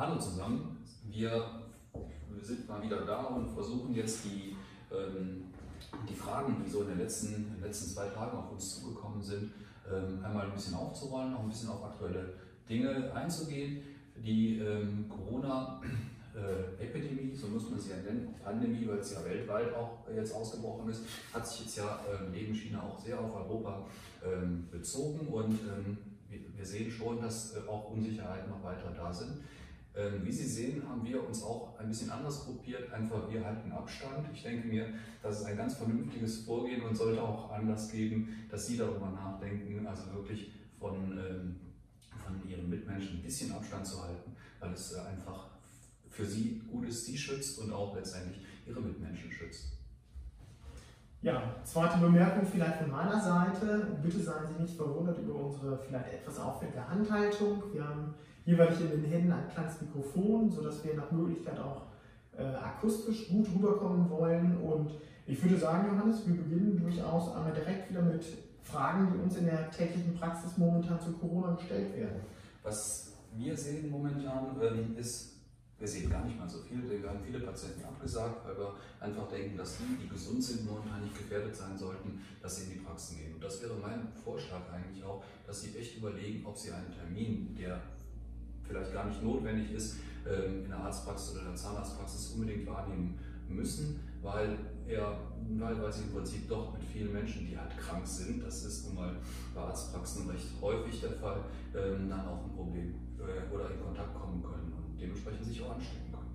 Hallo zusammen, wir sind mal wieder da und versuchen jetzt die Fragen, die so in den letzten 2 Tagen auf uns zugekommen sind, einmal ein bisschen aufzurollen, auch ein bisschen auf aktuelle Dinge einzugehen. Die Corona-Epidemie, so muss man sie ja nennen, Pandemie, weil es ja weltweit auch jetzt ausgebrochen ist, hat sich jetzt ja neben China auch sehr auf Europa bezogen und wir sehen schon, dass auch Unsicherheiten noch weiter da sind. Wie Sie sehen, haben wir uns auch ein bisschen anders gruppiert, einfach wir halten Abstand. Ich denke mir, das ist ein ganz vernünftiges Vorgehen und sollte auch Anlass geben, dass Sie darüber nachdenken, also wirklich von Ihren Mitmenschen ein bisschen Abstand zu halten, weil es einfach für Sie gut ist, Sie schützt und auch letztendlich Ihre Mitmenschen schützt. Ja, zweite Bemerkung vielleicht von meiner Seite. Bitte seien Sie nicht verwundert über unsere vielleicht etwas auffällige Handhaltung. Wir haben jeweils in den Händen ein kleines Mikrofon, sodass wir nach Möglichkeit auch akustisch gut rüberkommen wollen. Und ich würde sagen, Johannes, wir beginnen durchaus einmal direkt wieder mit Fragen, die uns in der täglichen Praxis momentan zu Corona gestellt werden. Was wir sehen momentan ist, wir sehen gar nicht mal so viel. Wir haben viele Patienten abgesagt, weil wir einfach denken, dass die gesund sind, momentan nicht gefährdet sein sollten, dass sie in die Praxen gehen. Und das wäre mein Vorschlag eigentlich auch, dass Sie echt überlegen, ob Sie einen Termin, der vielleicht gar nicht notwendig ist, in der Arztpraxis oder in der Zahnarztpraxis unbedingt wahrnehmen müssen, weil Sie im Prinzip doch mit vielen Menschen, die halt krank sind, das ist nun mal bei Arztpraxen recht häufig der Fall, dann auch ein Problem oder in Kontakt kommen können und dementsprechend sich auch anstecken können.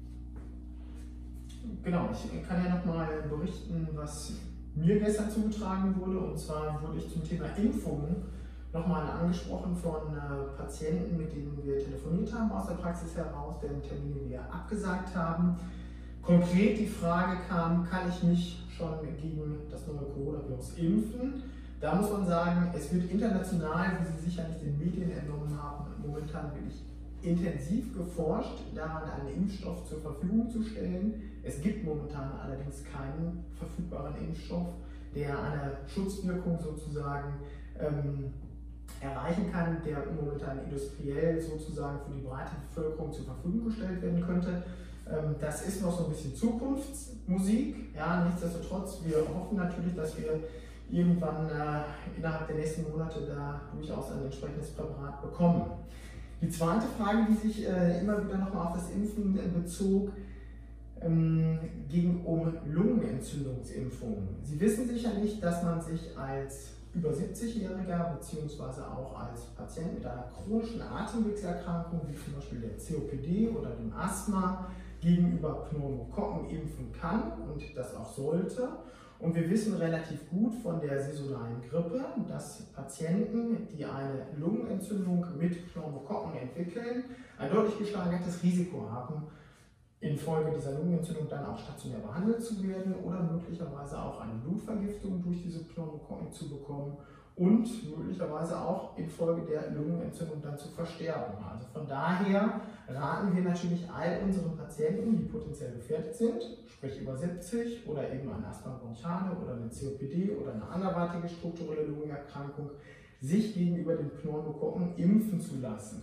Genau, ich kann ja nochmal berichten, was mir gestern zugetragen wurde, und zwar wurde ich zum Thema Impfungen nochmal angesprochen von Patienten, mit denen wir telefoniert haben aus der Praxis heraus, deren Termine wir abgesagt haben. Konkret die Frage kam, kann ich mich schon gegen das neue Coronavirus impfen? Da muss man sagen, es wird international, wie Sie sicherlich den Medien entnommen haben, momentan wirklich intensiv geforscht, daran einen Impfstoff zur Verfügung zu stellen. Es gibt momentan allerdings keinen verfügbaren Impfstoff, der eine Schutzwirkung sozusagen erreichen kann, der momentan industriell sozusagen für die breite Bevölkerung zur Verfügung gestellt werden könnte. Das ist noch so ein bisschen Zukunftsmusik. Ja, nichtsdestotrotz, wir hoffen natürlich, dass wir irgendwann innerhalb der nächsten Monate da durchaus ein entsprechendes Präparat bekommen. Die zweite Frage, die sich immer wieder nochmal auf das Impfen bezog, ging um Lungenentzündungsimpfungen. Sie wissen sicherlich, dass man sich als über 70-Jähriger bzw. auch als Patient mit einer chronischen Atemwegserkrankung wie zum Beispiel der COPD oder dem Asthma gegenüber Pneumokokken impfen kann und das auch sollte. Und wir wissen relativ gut von der saisonalen Grippe, dass Patienten, die eine Lungenentzündung mit Pneumokokken entwickeln, ein deutlich gesteigertes Risiko haben, infolge dieser Lungenentzündung dann auch stationär behandelt zu werden oder möglicherweise auch eine Blutvergiftung durch diese Pneumokokken zu bekommen und möglicherweise auch infolge der Lungenentzündung dann zu versterben. Also von daher raten wir natürlich all unseren Patienten, die potenziell gefährdet sind, sprich über 70 oder eben eine Asthma bronchiale oder eine COPD oder eine anderweitige strukturelle Lungenerkrankung, sich gegenüber den Pneumokokken impfen zu lassen.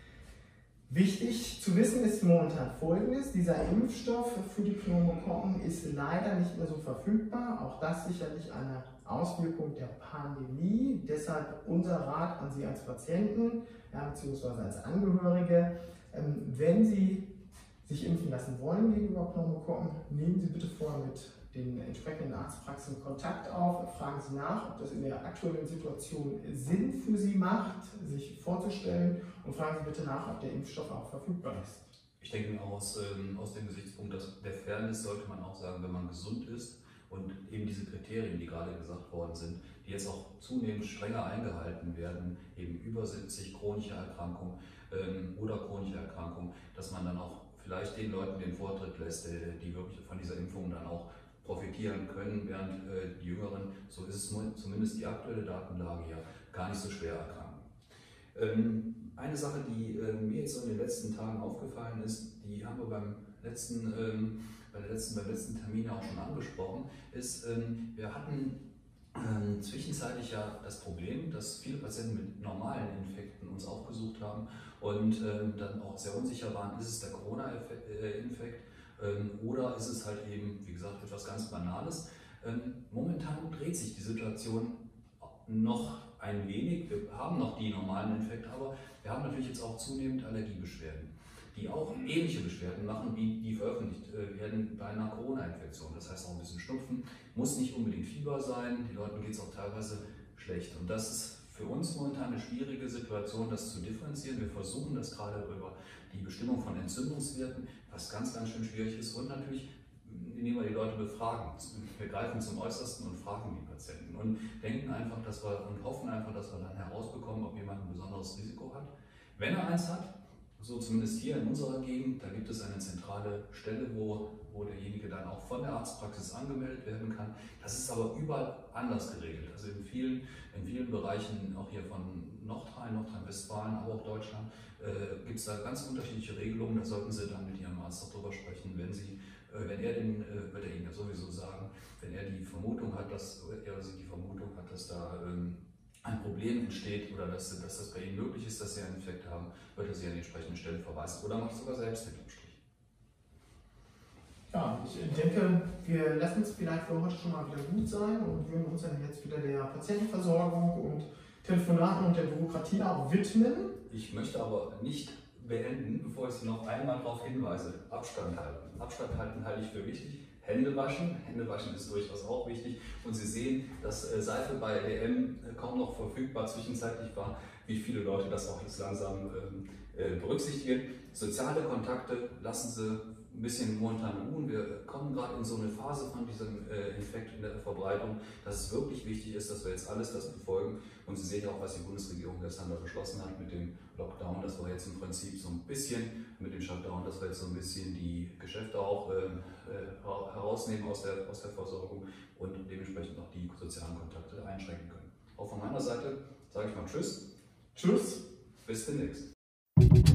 Wichtig zu wissen ist momentan Folgendes: Dieser Impfstoff für die Pneumokokken ist leider nicht mehr so verfügbar. Auch das sicherlich eine Auswirkung der Pandemie. Deshalb unser Rat an Sie als Patienten, bzw. als Angehörige: Wenn Sie sich impfen lassen wollen gegenüber Pneumokokken, nehmen Sie bitte vorher mit den entsprechenden Arztpraxen Kontakt auf, fragen Sie nach, ob das in der aktuellen Situation Sinn für Sie macht, sich vorzustellen, und fragen Sie bitte nach, ob der Impfstoff auch verfügbar ist. Ich denke, aus dem Gesichtspunkt der Fairness sollte man auch sagen, wenn man gesund ist und eben diese Kriterien, die gerade gesagt worden sind, die jetzt auch zunehmend strenger eingehalten werden, eben über 70 chronische Erkrankung oder chronische Erkrankung, dass man dann auch vielleicht den Leuten den Vortritt lässt, die wirklich von dieser Impfung dann auch profitieren können, während die Jüngeren, so ist es zumindest die aktuelle Datenlage ja, gar nicht so schwer erkranken. Eine Sache, die mir jetzt so in den letzten Tagen aufgefallen ist, die haben wir beim letzten Termin auch schon angesprochen, ist, wir hatten zwischenzeitlich ja das Problem, dass viele Patienten mit normalen Infekten uns aufgesucht haben und dann auch sehr unsicher waren, ist es der Corona-Infekt oder ist es halt eben, wie gesagt, etwas ganz Banales. Momentan dreht sich die Situation noch ein wenig. Wir haben noch die normalen Infekte, aber wir haben natürlich jetzt auch zunehmend Allergiebeschwerden, die auch ähnliche Beschwerden machen, wie die veröffentlicht werden bei einer Corona-Infektion. Das heißt auch ein bisschen Schnupfen, muss nicht unbedingt Fieber sein, den Leuten geht es auch teilweise schlecht. Und das ist für uns momentan eine schwierige Situation, das zu differenzieren. Wir versuchen das gerade über die Bestimmung von Entzündungswerten, was ganz, ganz schön schwierig ist. Und natürlich, indem wir die Leute befragen. Wir greifen zum Äußersten und fragen die Patienten und denken einfach, und hoffen einfach, dass wir dann herausbekommen, ob jemand ein besonderes Risiko hat. Wenn er eins hat, so zumindest hier in unserer Gegend, da gibt es eine zentrale Stelle, wo derjenige dann auch von der Arztpraxis angemeldet werden kann. Das ist aber überall anders geregelt. Also in vielen Bereichen, auch hier von Nordrhein-Westfalen, aber auch Deutschland, gibt es da ganz unterschiedliche Regelungen. Da sollten Sie dann mit Ihrem Arzt auch drüber sprechen, wird er Ihnen ja sowieso sagen, wenn er die Vermutung hat, dass da ein Problem entsteht oder dass das bei Ihnen möglich ist, dass Sie einen Infekt haben, wird er Sie an die entsprechende Stelle verweisen oder macht es sogar selbst mit dem Strich. Ja, ich denke, wir lassen es vielleicht für heute schon mal wieder gut sein und würden uns dann jetzt wieder der Patientenversorgung und Telefonaten und der Bürokratie auch widmen. Ich möchte aber nicht beenden, bevor ich Sie noch einmal darauf hinweise. Abstand halten. Abstand halten halte ich für wichtig. Hände waschen. Hände waschen ist durchaus auch wichtig. Und Sie sehen, dass Seife bei DM kaum noch verfügbar zwischenzeitlich war, wie viele Leute das auch jetzt langsam berücksichtigen. Soziale Kontakte lassen Sie ein bisschen momentan ruhen. Wir kommen gerade in so eine Phase von diesem Infekt in der Verbreitung, dass es wirklich wichtig ist, dass wir jetzt alles das befolgen. Und Sie sehen ja auch, was die Bundesregierung gestern da beschlossen hat mit dem Lockdown, dass wir jetzt im Prinzip so ein bisschen, mit dem Shutdown, dass wir jetzt so ein bisschen die Geschäfte auch herausnehmen aus der Versorgung und dementsprechend auch die sozialen Kontakte einschränken können. Auch von meiner Seite sage ich mal Tschüss. Tschüss. Bis demnächst.